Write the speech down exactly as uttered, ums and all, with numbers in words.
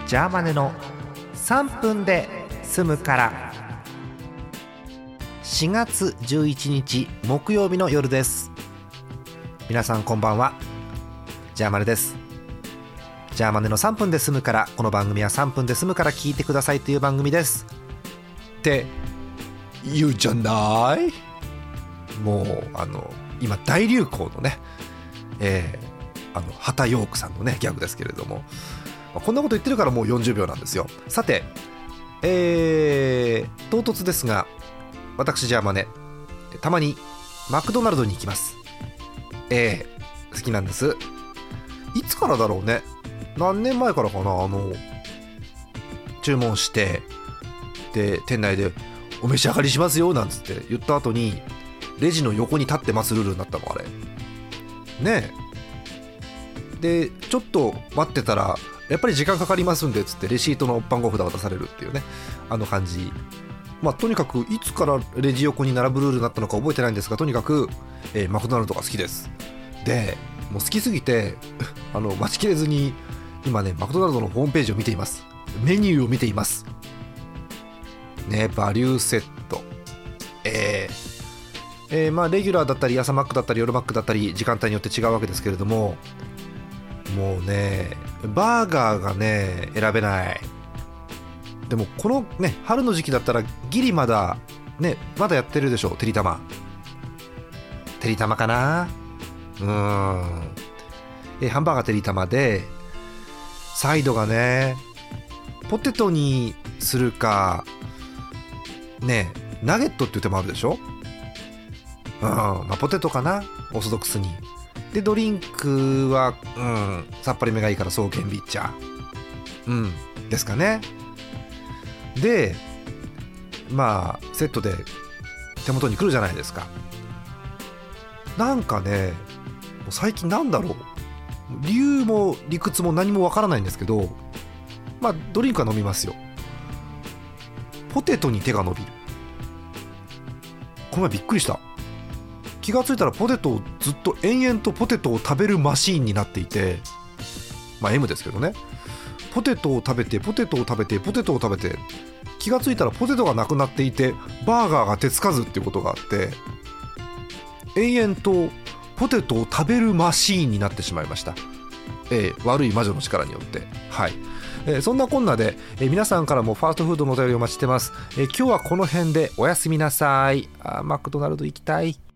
ジャーマネのさんぷんで済むから。しがつじゅういちにち木曜日の夜です。皆さんこんばんは、ジャーマネです。ジャーマネのさんぷんで済むから、この番組はさんぷんで済むから聞いてくださいという番組ですって言うじゃない。もうあの今大流行のね、えー、あの畑陽区さんのねギャグですけれども、こんなこと言ってるからもうよんじゅうびょうなんですよ。さて、えー、唐突ですが、私ジャーマネたまにマクドナルドに行きます。えー、好きなんです。いつからだろうね、何年前からかな。あの注文してで店内でお召し上がりしますよなんつって言った後にレジの横に立ってますルールになったのあれねえ。でちょっと待ってたらやっぱり時間かかりますんでつってレシートの番号札が出されるっていうね、あの感じ。まあとにかくいつからレジ横に並ぶルールになったのか覚えてないんですが、とにかく、えー、マクドナルドが好きです。でもう好きすぎてあの待ちきれずに今ねマクドナルドのホームページを見ています。メニューを見ていますね。バリューセット、えーえー、まあレギュラーだったり朝マックだったり夜マックだったり時間帯によって違うわけですけれども、もうねバーガーがね選べない。でもこのね春の時期だったらギリまだねまだやってるでしょ。てりたまてりたまかな。うーん、えー、ハンバーガーてりたまでサイドがねポテトにするかねナゲットっていう手もあるでしょ。うん、まあ、ポテトかなオーソドックスに。でドリンクは、うん、さっぱりめがいいから爽健ビッチャー、うんですかね。でまあセットで手元に来るじゃないですか。なんかねもう最近なんだろう、理由も理屈も何もわからないんですけど、まあドリンクは飲みますよ。ポテトに手が伸びる。この前びっくりした。気がついたらポテトをずっと延々とポテトを食べるマシーンになっていて、まあ エム ですけどね。ポテトを食べてポテトを食べてポテトを食べて、気がついたらポテトがなくなっていてバーガーが手つかずっていうことがあって、延々とポテトを食べるマシーンになってしまいました。えー、悪い魔女の力によって。はい、えー、そんなこんなで、えー、皆さんからもファーストフードのお便りをお待ちしてます。えー、今日はこの辺でおやすみなさい。あ、マクドナルド行きたい。